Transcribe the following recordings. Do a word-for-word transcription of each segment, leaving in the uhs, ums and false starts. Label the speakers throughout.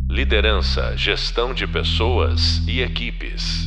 Speaker 1: Liderança, gestão de pessoas e equipes.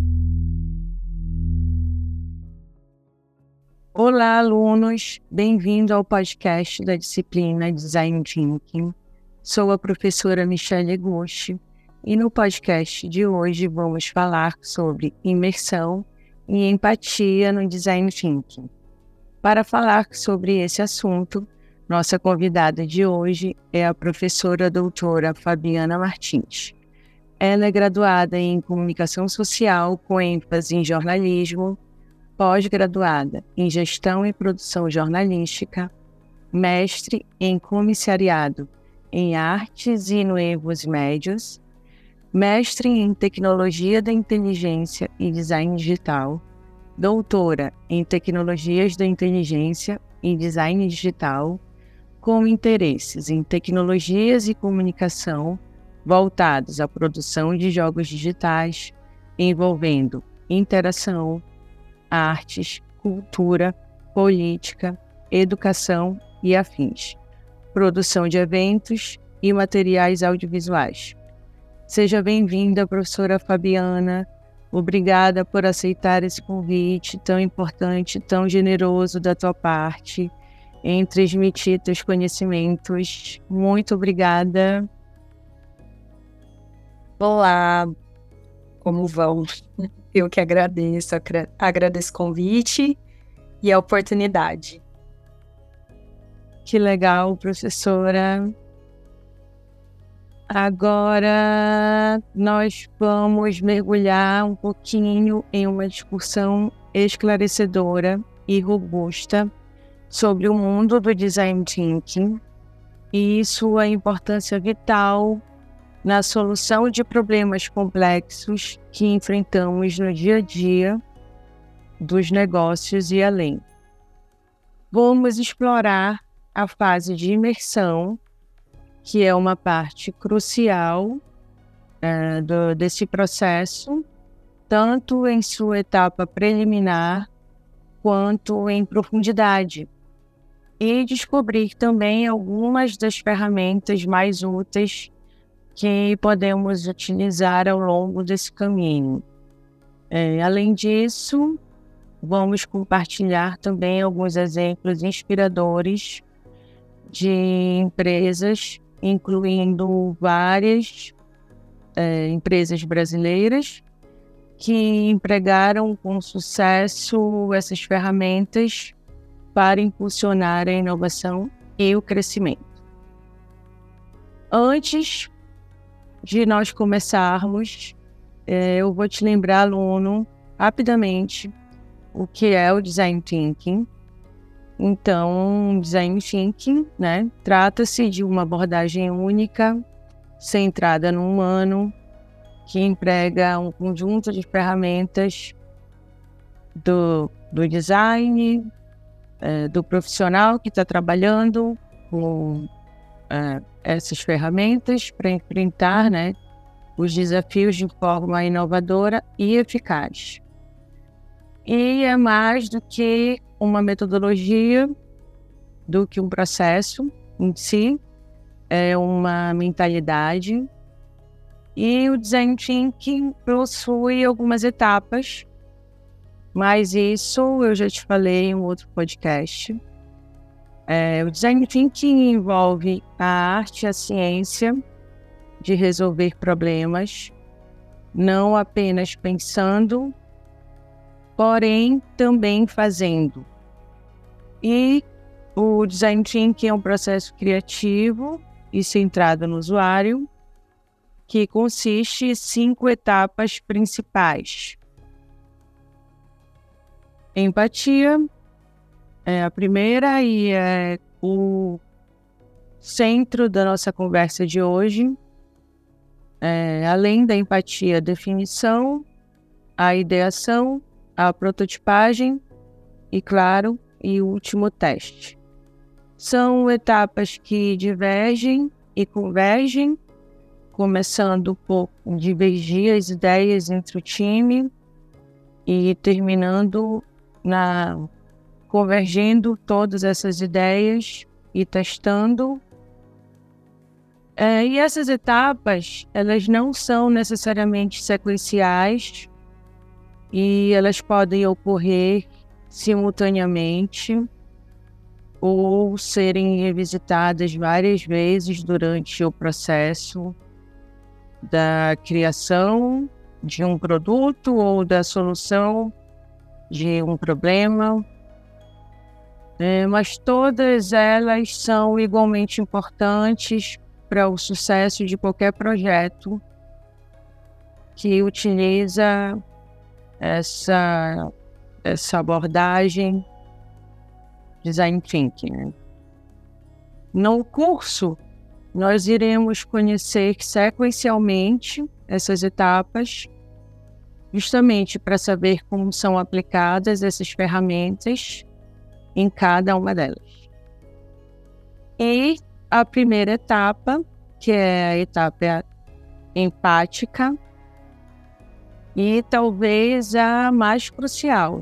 Speaker 2: Olá, alunos! Bem-vindo ao podcast da disciplina Design Thinking. Sou a professora Michelle Gucci e no podcast de hoje vamos falar sobre imersão e empatia no Design Thinking. Para falar sobre esse assunto, nossa convidada de hoje é a professora doutora Fabiana Martins. Ela é graduada em Comunicação Social com ênfase em jornalismo, pós-graduada em Gestão e Produção Jornalística, mestre em Comissariado em Artes e Novos Médios, mestre em Tecnologia da Inteligência e Design Digital, doutora em Tecnologias da Inteligência e Design Digital, com interesses em tecnologias e comunicação voltados à produção de jogos digitais, envolvendo interação, artes, cultura, política, educação e afins, produção de eventos e materiais audiovisuais. Seja bem-vinda, professora Fabiana. Obrigada por aceitar esse convite tão importante, tão generoso da tua parte, em transmitir teus conhecimentos. Muito obrigada.
Speaker 3: Olá, como vão? Eu que agradeço, agradeço o convite e a oportunidade.
Speaker 2: Que legal, professora. Agora nós vamos mergulhar um pouquinho em uma discussão esclarecedora e robusta sobre o mundo do Design Thinking e sua importância vital na solução de problemas complexos que enfrentamos no dia a dia dos negócios e além. Vamos explorar a fase de imersão, que é uma parte crucial é, do, desse processo, tanto em sua etapa preliminar quanto em profundidade, e descobrir também algumas das ferramentas mais úteis que podemos utilizar ao longo desse caminho. É, além disso, vamos compartilhar também alguns exemplos inspiradores de empresas, incluindo várias é, empresas brasileiras que empregaram com sucesso essas ferramentas para impulsionar a inovação e o crescimento. Antes de nós começarmos, é, eu vou te lembrar, aluno, rapidamente, o que é o Design Thinking. Então, Design Thinking, né, trata-se de uma abordagem única, centrada no humano, que emprega um conjunto de ferramentas do, do design, é, do profissional que está trabalhando com é, essas ferramentas para enfrentar, né, os desafios de forma inovadora e eficaz. E é mais do que uma metodologia, do que um processo em si, é uma mentalidade. E o Design Thinking possui algumas etapas, mas isso eu já te falei em um outro podcast. É, o Design Thinking envolve a arte e a ciência de resolver problemas, não apenas pensando, porém também fazendo. E o Design Thinking é um processo criativo e centrado no usuário, que consiste em cinco etapas principais. Empatia é a primeira e é o centro da nossa conversa de hoje. É, além da empatia, a definição, a ideação, a prototipagem e, claro, e o último teste. São etapas que divergem e convergem, começando por divergir as ideias entre o time e terminando na convergendo todas essas ideias e testando É, e essas etapas, elas não são necessariamente sequenciais e elas podem ocorrer simultaneamente ou serem revisitadas várias vezes durante o processo da criação de um produto ou da solução de um problema. É, mas todas elas são igualmente importantes para o sucesso de qualquer projeto que utiliza essa, essa abordagem Design Thinking, né? No curso, nós iremos conhecer sequencialmente essas etapas, justamente para saber como são aplicadas essas ferramentas em cada uma delas. E a primeira etapa, que é a etapa empática, e talvez a mais crucial,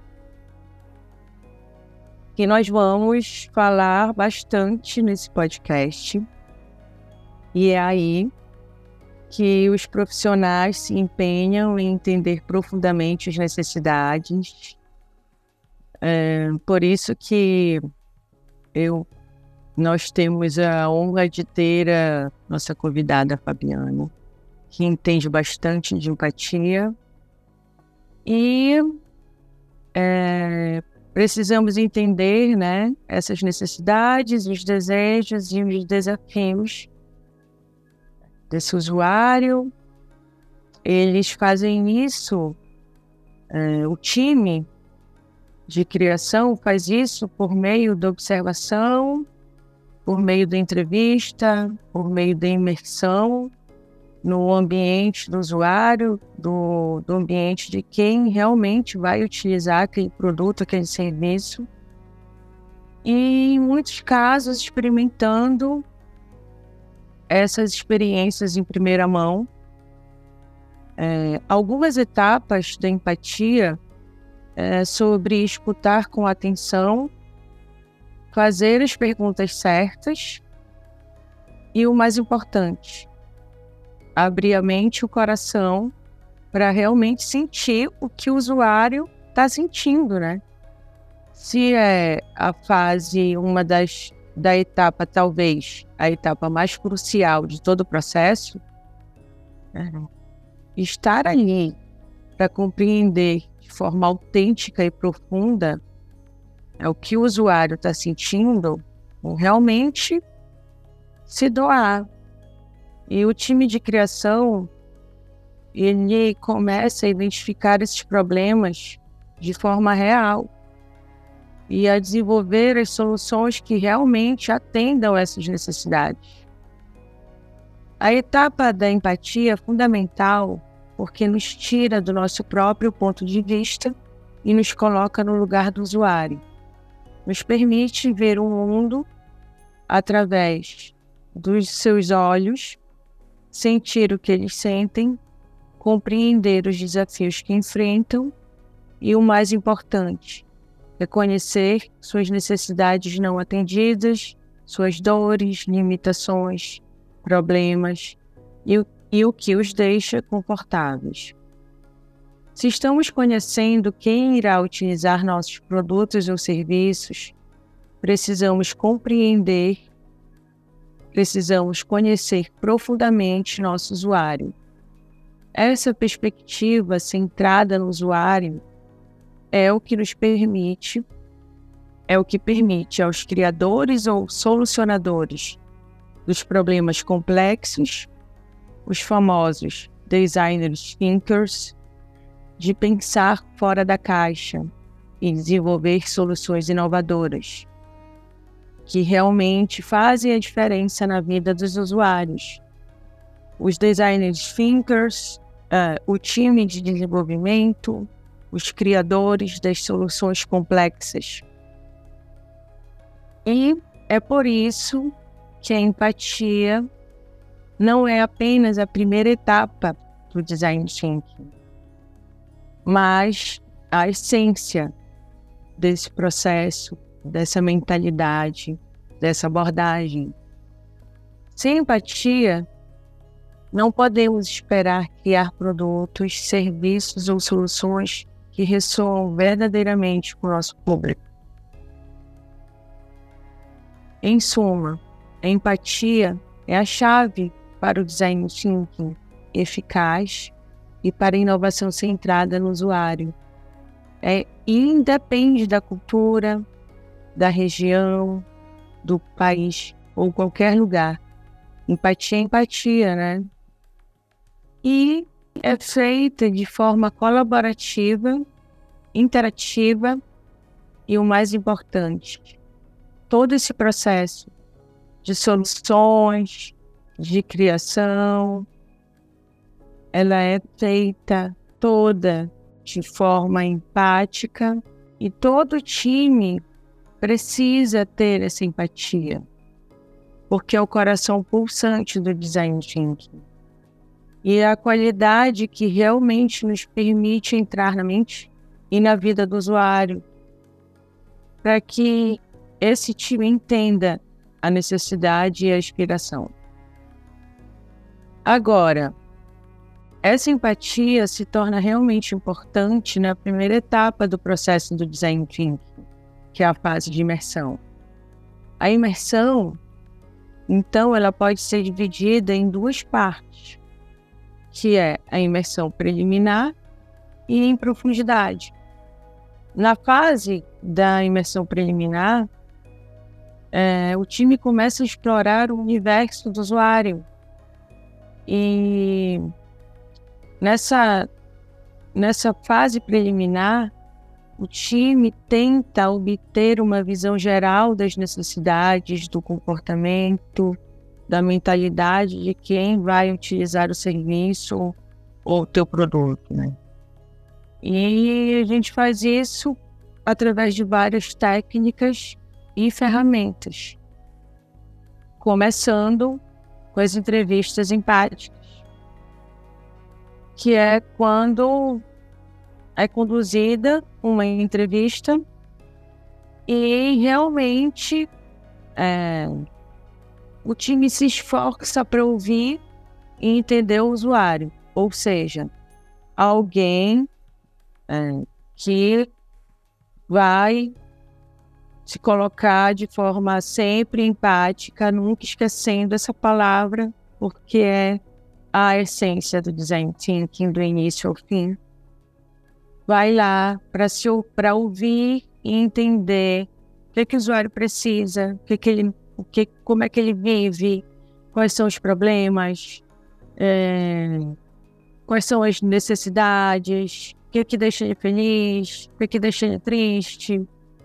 Speaker 2: que nós vamos falar bastante nesse podcast, e é aí que os profissionais se empenham em entender profundamente as necessidades. É, por isso que eu, nós temos a honra de ter a nossa convidada Fabiana, que entende bastante de empatia, e é, precisamos entender, né, essas necessidades, os desejos e os desafios desse usuário. Eles fazem isso, é, o time de criação faz isso por meio da observação, por meio da entrevista, por meio da imersão no ambiente do usuário, do, do ambiente de quem realmente vai utilizar aquele produto, aquele serviço. E, em muitos casos, experimentando essas experiências em primeira mão. É, algumas etapas da empatia é sobre escutar com atenção, fazer as perguntas certas e, o mais importante, abrir a mente e o coração para realmente sentir o que o usuário está sentindo, né? Se é a fase, uma das, da etapa, talvez, a etapa mais crucial de todo o processo, é, estar ali para compreender de forma autêntica e profunda é o que o usuário está sentindo, realmente se doar. E o time de criação, ele começa a identificar esses problemas de forma real e a desenvolver as soluções que realmente atendam essas necessidades. A etapa da empatia é fundamental porque nos tira do nosso próprio ponto de vista e nos coloca no lugar do usuário. Nos permite ver o mundo através dos seus olhos, sentir o que eles sentem, compreender os desafios que enfrentam e, o mais importante, reconhecer suas necessidades não atendidas, suas dores, limitações, problemas e o, e o que os deixa confortáveis. Se estamos conhecendo quem irá utilizar nossos produtos ou serviços, precisamos compreender, precisamos conhecer profundamente nosso usuário. Essa perspectiva centrada no usuário é o que nos permite, é o que permite aos criadores ou solucionadores dos problemas complexos, os famosos designers thinkers, de pensar fora da caixa e desenvolver soluções inovadoras que realmente fazem a diferença na vida dos usuários. Os designers thinkers, uh, o time de desenvolvimento, os criadores das soluções complexas. E é por isso que a empatia não é apenas a primeira etapa do design thinking, mas a essência desse processo, dessa mentalidade, dessa abordagem. Sem empatia, não podemos esperar criar produtos, serviços ou soluções que ressoam verdadeiramente com o nosso público. Em suma, a empatia é a chave para o design thinking eficaz e para a inovação centrada no usuário. É, independe da cultura, da região, do país ou qualquer lugar. Empatia é empatia, né? E é feita de forma colaborativa, interativa e, o mais importante, todo esse processo de soluções, de criação, ela é feita toda de forma empática e todo time precisa ter essa empatia, porque é o coração pulsante do design thinking. E é a qualidade que realmente nos permite entrar na mente e na vida do usuário, para que esse time entenda a necessidade e a inspiração. Agora, essa empatia se torna realmente importante na primeira etapa do processo do design thinking, que é a fase de imersão. A imersão, então, ela pode ser dividida em duas partes, que é a imersão preliminar e em profundidade. Na fase da imersão preliminar, é, o time começa a explorar o universo do usuário. E nessa, nessa fase preliminar, o time tenta obter uma visão geral das necessidades, do comportamento, da mentalidade de quem vai utilizar o serviço ou o teu produto, né? E a gente faz isso através de várias técnicas e ferramentas, começando com as entrevistas empáticas, que é quando é conduzida uma entrevista e realmente é, o time se esforça para ouvir e entender o usuário, ou seja, alguém é, que vai se colocar de forma sempre empática, nunca esquecendo essa palavra, porque é a essência do design thinking, do início ao fim. Vai lá para se para ouvir e entender o que, que o usuário precisa, o que que ele, o que, como é que ele vive, quais são os problemas, é, quais são as necessidades, o que, que deixa ele feliz, o que, que deixa ele triste.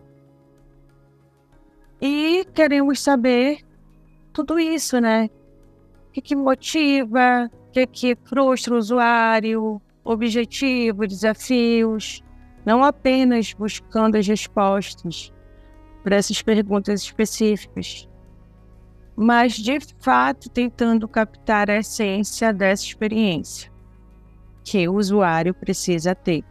Speaker 2: E queremos saber tudo isso, né? O que, que motiva, o que, que frustra o usuário, objetivo, desafios, não apenas buscando as respostas para essas perguntas específicas, mas de fato tentando captar a essência dessa experiência que o usuário precisa ter.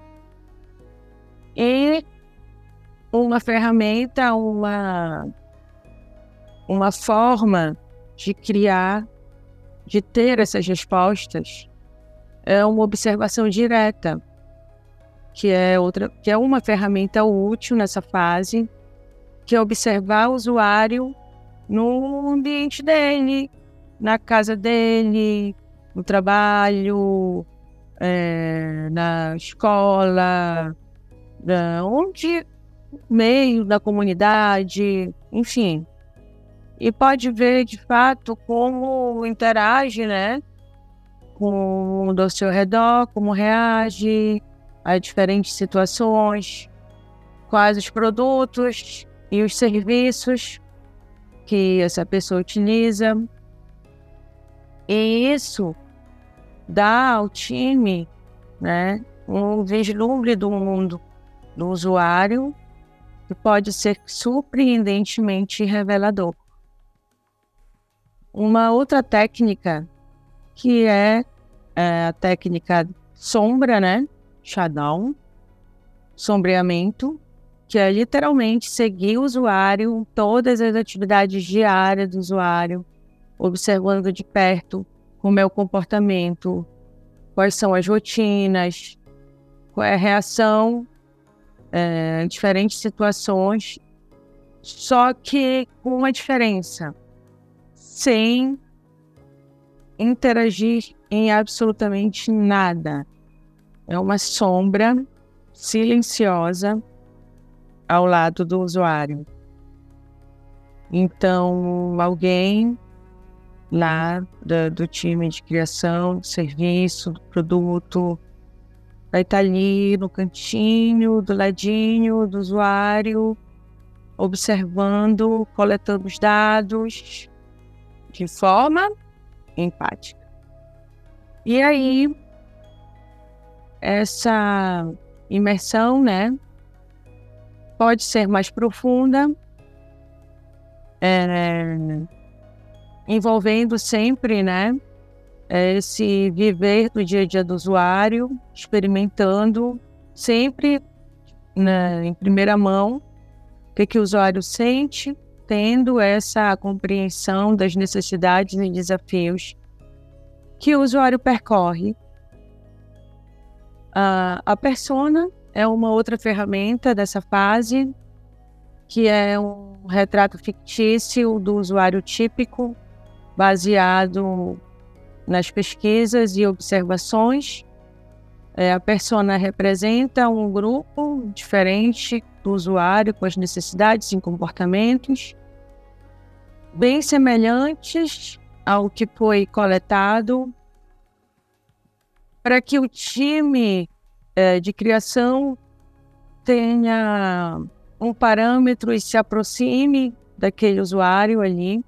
Speaker 2: E uma ferramenta, uma, uma forma de criar, de ter essas respostas, é uma observação direta, que é, outra, que é uma ferramenta útil nessa fase, que é observar o usuário no ambiente dele, na casa dele, no trabalho, é, na escola, na, onde, meio da comunidade, enfim. E pode ver, de fato, como interage, né, com o mundo ao seu redor, como reage a diferentes situações, quais os produtos e os serviços que essa pessoa utiliza. E isso dá ao time, né, um vislumbre do mundo do usuário que pode ser surpreendentemente revelador. Uma outra técnica que é, é a técnica sombra, né? Shadow, sombreamento, que é literalmente seguir o usuário em todas as atividades diárias do usuário, observando de perto como é o comportamento, quais são as rotinas, qual é a reação é, em diferentes situações, só que com uma diferença, sem interagir em absolutamente nada. É uma sombra silenciosa ao lado do usuário. Então, alguém lá do, do time de criação, do serviço, do produto, vai estar ali no cantinho, do ladinho do usuário, observando, coletando os dados de forma empática. E aí, essa imersão, né, pode ser mais profunda, é, envolvendo sempre, né, esse viver do dia a dia do usuário, experimentando sempre, né, em primeira mão o que, que o usuário sente, tendo essa compreensão das necessidades e desafios que o usuário percorre. Uh, a persona é uma outra ferramenta dessa fase, que é um retrato fictício do usuário típico, baseado nas pesquisas e observações. É, a persona representa um grupo diferente do usuário, com as necessidades e comportamentos bem semelhantes ao que foi coletado, para que o time é, de criação tenha um parâmetro e se aproxime daquele usuário ali.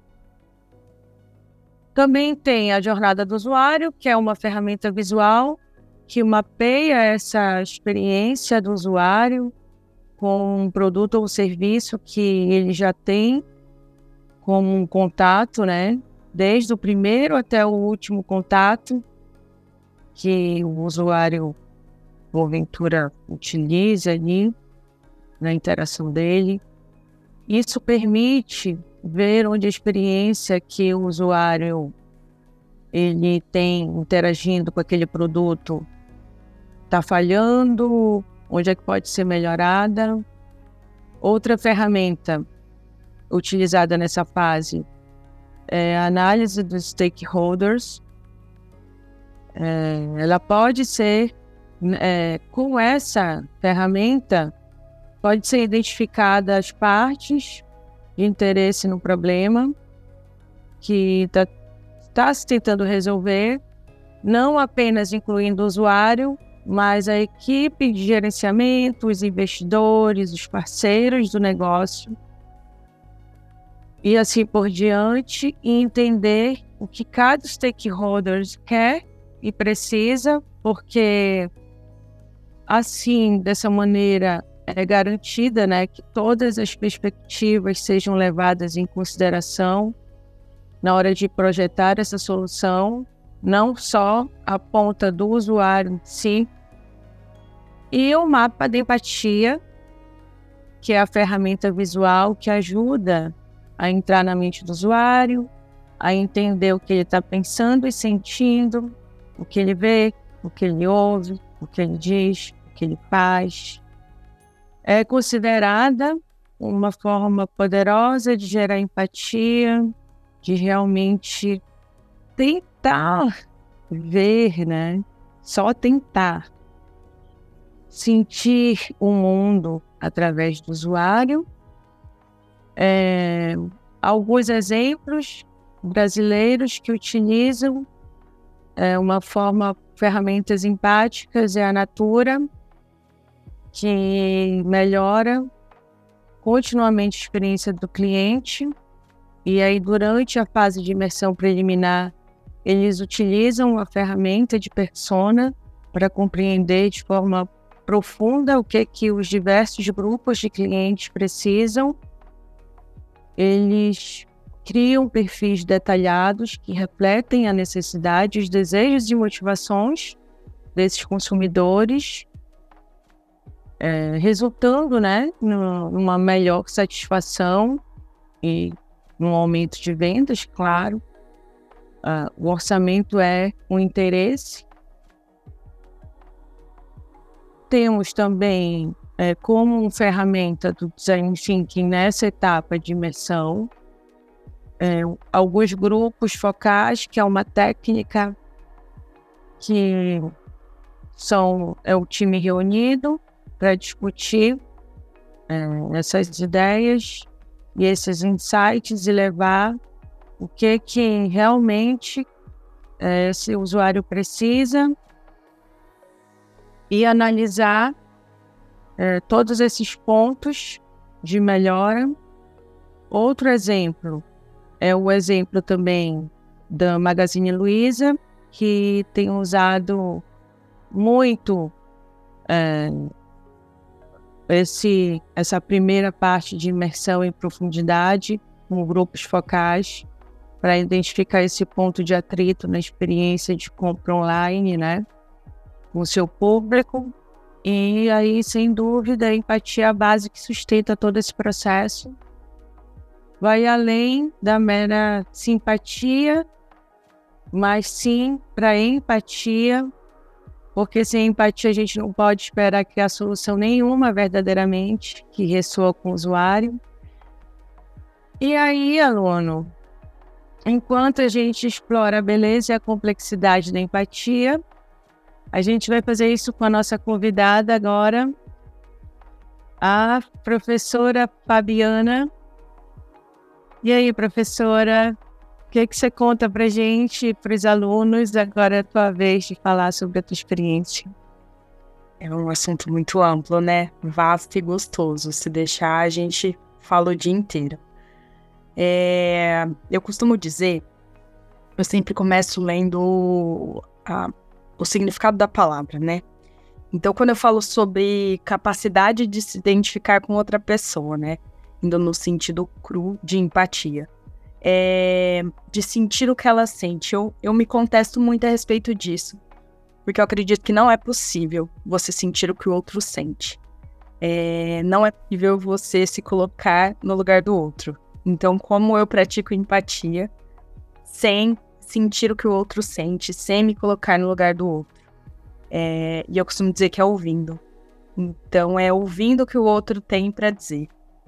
Speaker 2: Também tem a jornada do usuário, que é uma ferramenta visual que mapeia essa experiência do usuário com um produto ou serviço que ele já tem como um contato, né? Desde o primeiro até o último contato que o usuário, porventura, utiliza ali na interação dele. Isso permite ver onde a experiência que o usuário ele tem interagindo com aquele produto está falhando, onde é que pode ser melhorada. Outra ferramenta utilizada nessa fase é a análise dos stakeholders. É, ela pode ser, é, com essa ferramenta, pode ser identificada as partes de interesse no problema que está tá se tentando resolver, não apenas incluindo o usuário, mas a equipe de gerenciamento, os investidores, os parceiros do negócio, e assim por diante, e entender o que cada stakeholder quer e precisa, porque assim, dessa maneira, é garantida, né, que todas as perspectivas sejam levadas em consideração na hora de projetar essa solução, não só a ponta do usuário em si. E o mapa de empatia, que é a ferramenta visual que ajuda a entrar na mente do usuário, a entender o que ele está pensando e sentindo, o que ele vê, o que ele ouve, o que ele diz, o que ele faz. É considerada uma forma poderosa de gerar empatia, de realmente tentar ver, né? Só tentar sentir o mundo através do usuário. É, alguns exemplos brasileiros que utilizam é, uma forma, ferramentas empáticas, é a Natura, que melhora continuamente a experiência do cliente. E aí, durante a fase de imersão preliminar, eles utilizam a ferramenta de persona para compreender de forma profunda o que, que os diversos grupos de clientes precisam. Eles criam perfis detalhados que refletem a necessidade, os desejos e motivações desses consumidores, é, resultando, né, numa melhor satisfação e num aumento de vendas, claro. uh, o orçamento é um interesse. Temos também, é, como ferramenta do Design Thinking nessa etapa de imersão, é, alguns grupos focais, que é uma técnica que são, é o time reunido para discutir é, essas ideias e esses insights e levar o que, que realmente é, esse usuário precisa e analisar é, todos esses pontos de melhora. Outro exemplo é o exemplo também da Magazine Luiza, que tem usado muito é, esse, essa primeira parte de imersão em profundidade com grupos focais para identificar esse ponto de atrito na experiência de compra online, né, com o seu público. E aí, sem dúvida, a empatia é a base que sustenta todo esse processo. Vai além da mera simpatia, mas sim para empatia, porque sem empatia a gente não pode esperar criar solução nenhuma verdadeiramente que ressoa com o usuário. E aí, aluno, enquanto a gente explora a beleza e a complexidade da empatia, a gente vai fazer isso com a nossa convidada agora, a professora Fabiana. E aí, professora, o que, que você conta para a gente, para os alunos? Agora é a tua vez de falar sobre a tua experiência.
Speaker 3: É um assunto muito amplo, né? Vasto e gostoso. Se deixar, a gente fala o dia inteiro. É, eu costumo dizer, eu sempre começo lendo a, o significado da palavra, né? Então, quando eu falo sobre capacidade de se identificar com outra pessoa, né? Indo no sentido cru de empatia, é, de sentir o que ela sente. Eu, eu me contesto muito a respeito disso, porque eu acredito que não é possível você sentir o que o outro sente. É, não é possível você se colocar no lugar do outro. Então, como eu pratico empatia sem sentir o que o outro sente, sem me colocar no lugar do outro? É, e eu costumo dizer que é ouvindo. Então, é ouvindo o que o outro tem para dizer.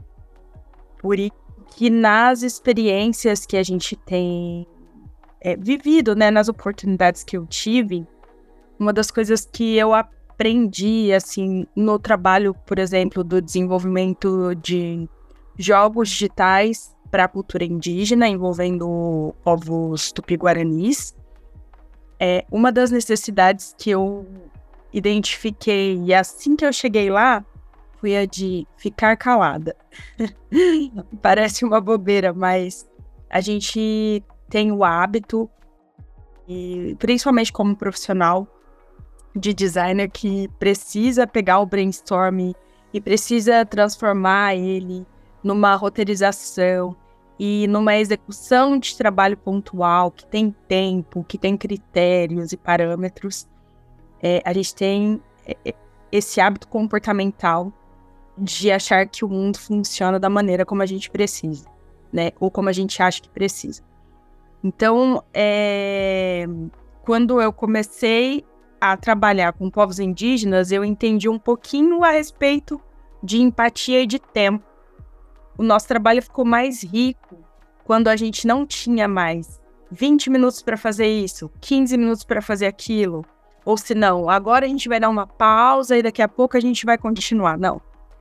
Speaker 3: Por isso que nas experiências que a gente tem é, vivido, né, nas oportunidades que eu tive, uma das coisas que eu aprendi, assim, no trabalho, por exemplo, do desenvolvimento de jogos digitais para a cultura indígena, envolvendo povos tupi-guaranis, é, uma das necessidades que eu identifiquei, e assim que eu cheguei lá, foi a de ficar calada. Parece uma bobeira, mas a gente tem o hábito, e principalmente como profissional de designer, que precisa pegar o brainstorm e precisa transformar ele numa roteirização e numa execução de trabalho pontual, que tem tempo, que tem critérios e parâmetros. É, a gente tem esse hábito comportamental de achar que o mundo funciona da maneira como a gente precisa, né? Ou como a gente acha que precisa. Então, é... quando eu comecei a trabalhar com povos indígenas, eu entendi um pouquinho a respeito de empatia e de tempo. O nosso trabalho ficou mais rico quando a gente não tinha mais vinte minutos para fazer isso, quinze minutos para fazer aquilo, ou se não, agora a gente vai dar uma pausa e daqui a pouco a gente vai continuar. Não.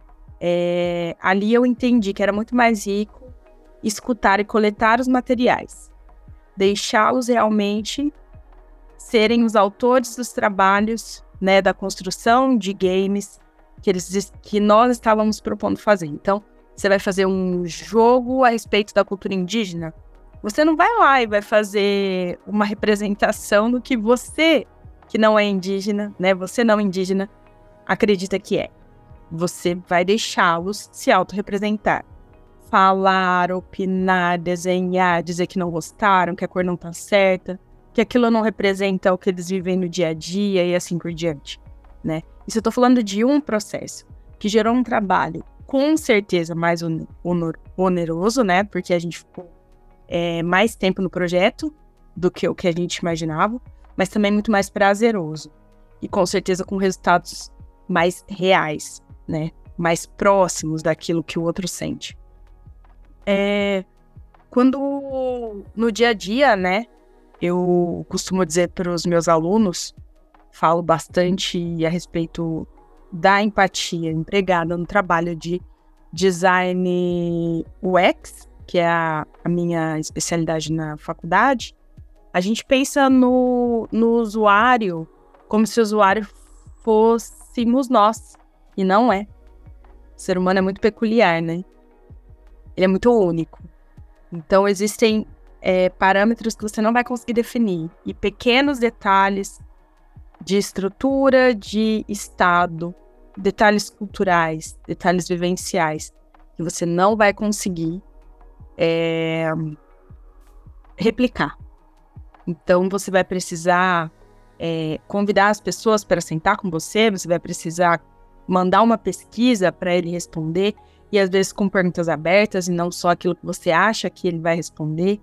Speaker 3: É, ali eu entendi que era muito mais rico escutar e coletar os materiais, deixá-los realmente serem os autores dos trabalhos, né, da construção de games que, eles, que nós estávamos propondo fazer. Então, você vai fazer um jogo a respeito da cultura indígena, você não vai lá e vai fazer uma representação do que você, que não é indígena, né, você não indígena, acredita que é. Você vai deixá-los se autorrepresentar. Falar, opinar, desenhar, dizer que não gostaram, que a cor não tá certa, que aquilo não representa o que eles vivem no dia a dia e assim por diante, né? Isso eu tô falando de um processo que gerou um trabalho com certeza mais oneroso, né? Porque a gente ficou é, mais tempo no projeto, do que o que a gente imaginava, mas também muito mais prazeroso. E com certeza com resultados mais reais, né? Mais próximos daquilo que o outro sente. É, quando no dia a dia, né, eu costumo dizer para os meus alunos, falo bastante a respeito da empatia empregada no trabalho de design U X, que é a, a minha especialidade na faculdade. A gente pensa no, no usuário como se o usuário fôssemos nós, e não é. O ser humano é muito peculiar, né? Ele é muito único. Então, existem é, parâmetros que você não vai conseguir definir. E pequenos detalhes de estrutura, de estado, detalhes culturais, detalhes vivenciais, que você não vai conseguir é, replicar. Então, você vai precisar é, convidar as pessoas para sentar com você, você vai precisar mandar uma pesquisa para ele responder, e às vezes com perguntas abertas e não só aquilo que você acha que ele vai responder.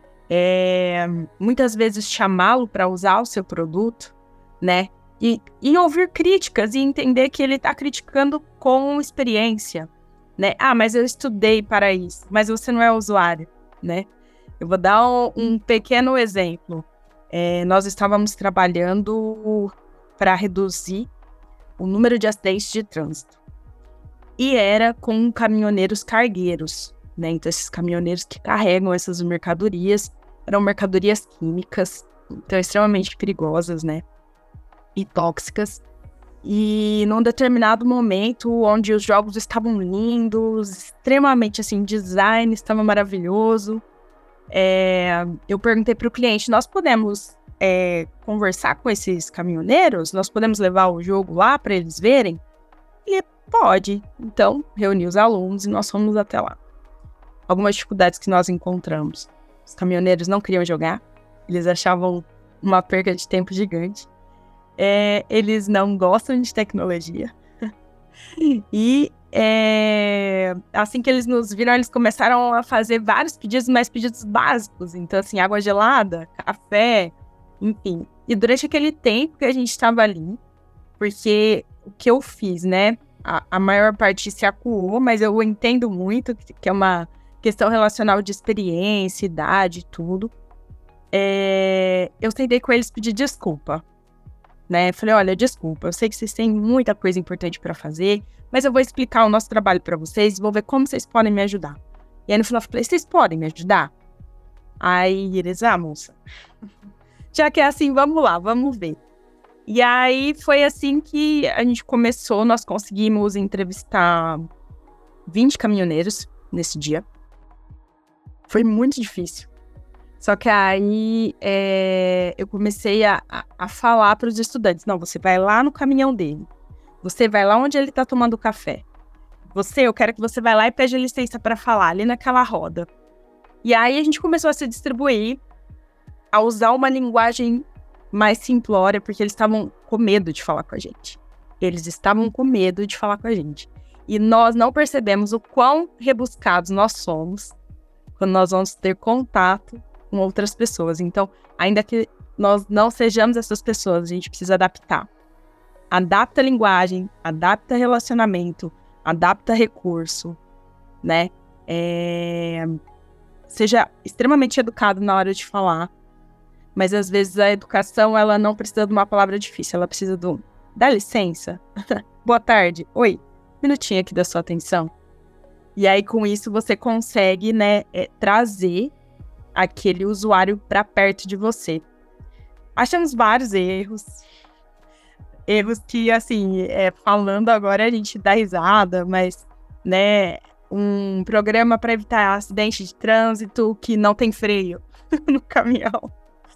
Speaker 3: É, muitas vezes chamá-lo para usar o seu produto, né? E, e ouvir críticas e entender que ele está criticando com experiência, né? Ah, mas eu estudei para isso, mas você não é usuário, né? Eu vou dar um, um pequeno exemplo. É, nós estávamos trabalhando para reduzir o número de acidentes de trânsito. E era com caminhoneiros cargueiros, né? Então, esses caminhoneiros que carregam essas mercadorias, eram mercadorias químicas, então extremamente perigosas, né? E tóxicas. E num determinado momento, onde os jogos estavam lindos, extremamente, assim, design estava maravilhoso, é, eu perguntei para o cliente, nós podemos é, conversar com esses caminhoneiros? Nós podemos levar o jogo lá para eles verem? Ele pode. Então, reuni os alunos e nós fomos até lá. Algumas dificuldades que nós encontramos. Os caminhoneiros não queriam jogar, eles achavam uma perca de tempo gigante. É, eles não gostam de tecnologia. E é, assim que eles nos viram, eles começaram a fazer vários pedidos, mas pedidos básicos. Então, assim, água gelada, café, enfim. E durante aquele tempo que a gente estava ali, porque o que eu fiz, né? A, a maior parte se acuou, mas eu entendo muito que é uma questão relacional de experiência, idade e tudo. É, eu tentei com eles pedir desculpa, né? Falei, olha, desculpa, eu sei que vocês têm muita coisa importante para fazer, mas eu vou explicar o nosso trabalho para vocês, vou ver como vocês podem me ajudar. E aí no final eu falei, vocês podem me ajudar? Aí eles, ah, moça, já que é assim, vamos lá, vamos ver. E aí foi assim que a gente começou, nós conseguimos entrevistar vinte caminhoneiros nesse dia. Foi muito difícil. Só que aí é, eu comecei a, a, a falar para os estudantes, não, você vai lá no caminhão dele, você vai lá onde ele está tomando café. Você, eu quero que você vá lá e pede licença para falar, ali naquela roda. E aí a gente começou a se distribuir, a usar uma linguagem mais simplória, porque eles estavam com medo de falar com a gente. Eles estavam com medo de falar com a gente. E nós não percebemos o quão rebuscados nós somos quando nós vamos ter contato com outras pessoas. Então, ainda que nós não sejamos essas pessoas, a gente precisa adaptar. Adapta a linguagem, adapta relacionamento, adapta recurso, né? É... Seja extremamente educado na hora de falar, mas às vezes a educação, ela não precisa de uma palavra difícil, ela precisa do dá licença, boa tarde, oi, minutinho aqui da sua atenção. E aí com isso você consegue, né, é, trazer aquele usuário para perto de você. Achamos vários erros, erros que, assim, é, falando agora a gente dá risada, mas, né, um programa para evitar acidente de trânsito que não tem freio no caminhão.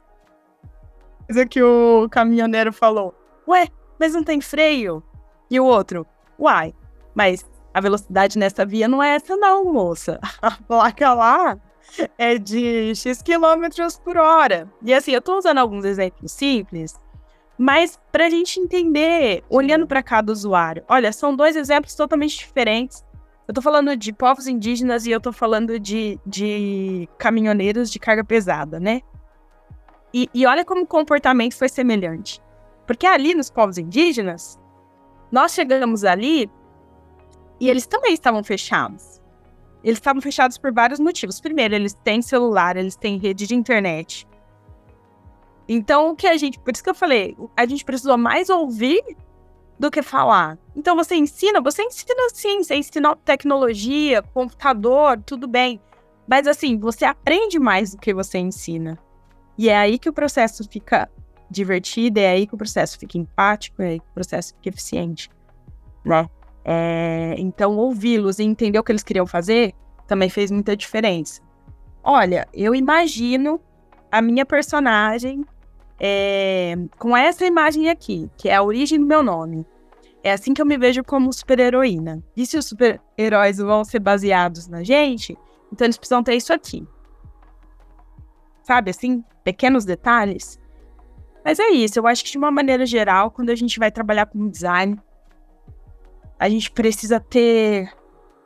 Speaker 3: Isso que o caminhoneiro falou, ué, mas não tem freio? E o outro, uai, mas a velocidade nessa via não é essa não, moça. A placa lá é de X quilômetros por hora. E assim, eu tô usando alguns exemplos simples, mas pra gente entender, olhando pra cada usuário. Olha, são dois exemplos totalmente diferentes. Eu tô falando de povos indígenas e eu tô falando de, de caminhoneiros de carga pesada, né? E, e olha como o comportamento foi semelhante. Porque ali nos povos indígenas, nós chegamos ali e eles também estavam fechados. Eles estavam fechados por vários motivos. Primeiro, eles têm celular, eles têm rede de internet. Então, o que a gente... Por isso que eu falei, a gente precisou mais ouvir do que falar. Então, você ensina, você ensina sim, você ensina tecnologia, computador, tudo bem. Mas, assim, você aprende mais do que você ensina. E é aí que o processo fica divertido, é aí que o processo fica empático, é aí que o processo fica eficiente, né? É, então, ouvi-los e entender o que eles queriam fazer também fez muita diferença. Olha, eu imagino a minha personagem é, com essa imagem aqui, que é a origem do meu nome. É assim que eu me vejo como super-heroína. E se os super-heróis vão ser baseados na gente, então eles precisam ter isso aqui. Sabe, assim, pequenos detalhes. Mas é isso, eu acho que de uma maneira geral, quando a gente vai trabalhar com design, a gente precisa ter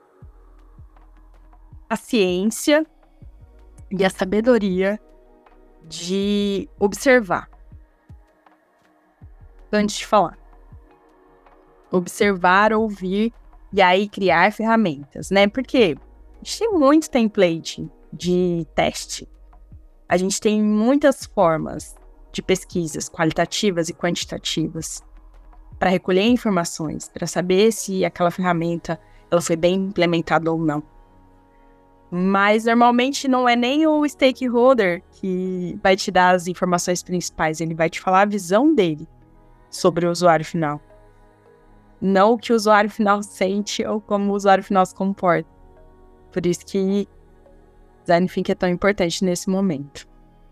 Speaker 3: a ciência e a sabedoria de observar antes de falar. Observar, ouvir e aí criar ferramentas, né? Porque a gente tem muito template de teste. A gente tem muitas formas de pesquisas qualitativas e quantitativas para recolher informações, para saber se aquela ferramenta ela foi bem implementada ou não. Mas normalmente não é nem o stakeholder que vai te dar as informações principais, ele vai te falar a visão dele sobre o usuário final. Não o que o usuário final sente ou como o usuário final se comporta. Por isso que design thinking é tão importante nesse momento.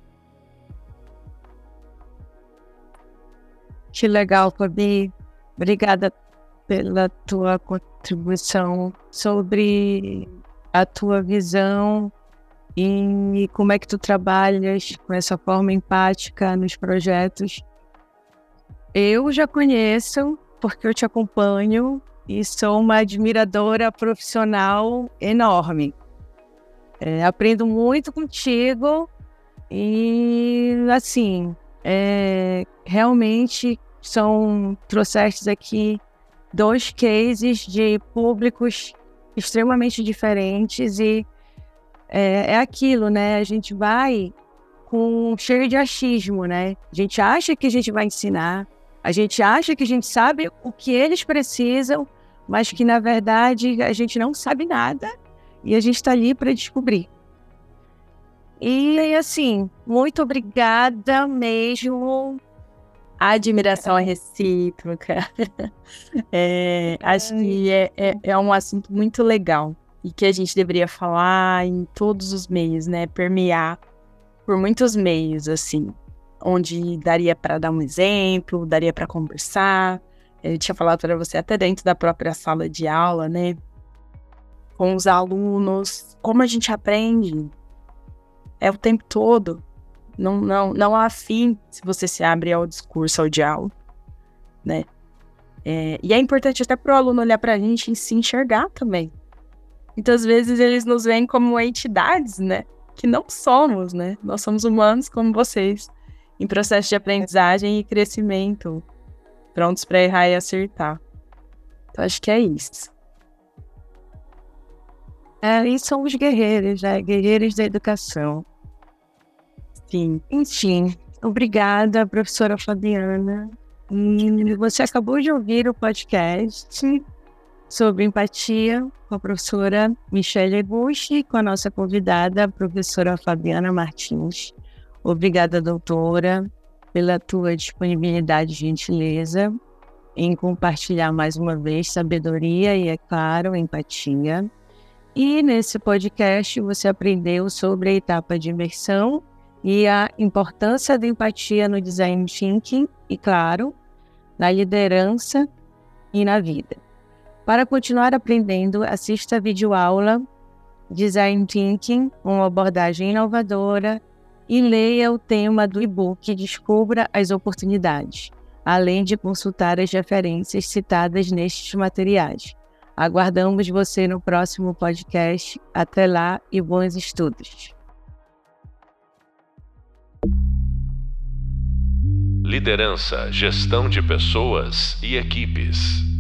Speaker 2: Que legal, Fabi. Obrigada pela tua contribuição sobre a tua visão e como é que tu trabalhas com essa forma empática nos projetos. Eu já conheço, porque eu te acompanho e sou uma admiradora profissional enorme. É, aprendo muito contigo e, assim, é, realmente são, trouxestes aqui dois cases de públicos extremamente diferentes e é, é aquilo, né? A gente vai com cheio de achismo, né? A gente acha que a gente vai ensinar, a gente acha que a gente sabe o que eles precisam, mas que, na verdade, a gente não sabe nada e a gente está ali para descobrir. E, assim, muito obrigada mesmo.
Speaker 3: A admiração é recíproca. é, acho que é, é, é um assunto muito legal e que a gente deveria falar em todos os meios, né? Permear por muitos meios, assim, onde daria para dar um exemplo, daria para conversar. Eu tinha falado para você até dentro da própria sala de aula, né? Com os alunos, como a gente aprende é o tempo todo. Não, não, não há fim se você se abre ao discurso, ao diálogo, né? É, e é importante até para o aluno olhar para a gente e se enxergar também. Muitas vezes eles nos veem como entidades, né? Que não somos, né? Nós somos humanos como vocês, em processo de aprendizagem e crescimento, prontos para errar e acertar. Então, acho que é isso.
Speaker 2: É, e somos guerreiros, né? Guerreiros da educação.
Speaker 3: Sim.
Speaker 2: Enfim, obrigada, professora Fabiana. E você acabou de ouvir o podcast sobre empatia com a professora Michelle Eguchi e com a nossa convidada, a professora Fabiana Martins. Obrigada, doutora, pela tua disponibilidade e gentileza em compartilhar mais uma vez sabedoria e, é claro, empatia. E nesse podcast você aprendeu sobre a etapa de imersão e a importância da empatia no design thinking e, claro, na liderança e na vida. Para continuar aprendendo, assista a videoaula Design Thinking, uma abordagem inovadora, e leia o tema do e-book Descubra as Oportunidades, além de consultar as referências citadas nestes materiais. Aguardamos você no próximo podcast. Até lá e bons estudos!
Speaker 1: Liderança, gestão de pessoas e equipes.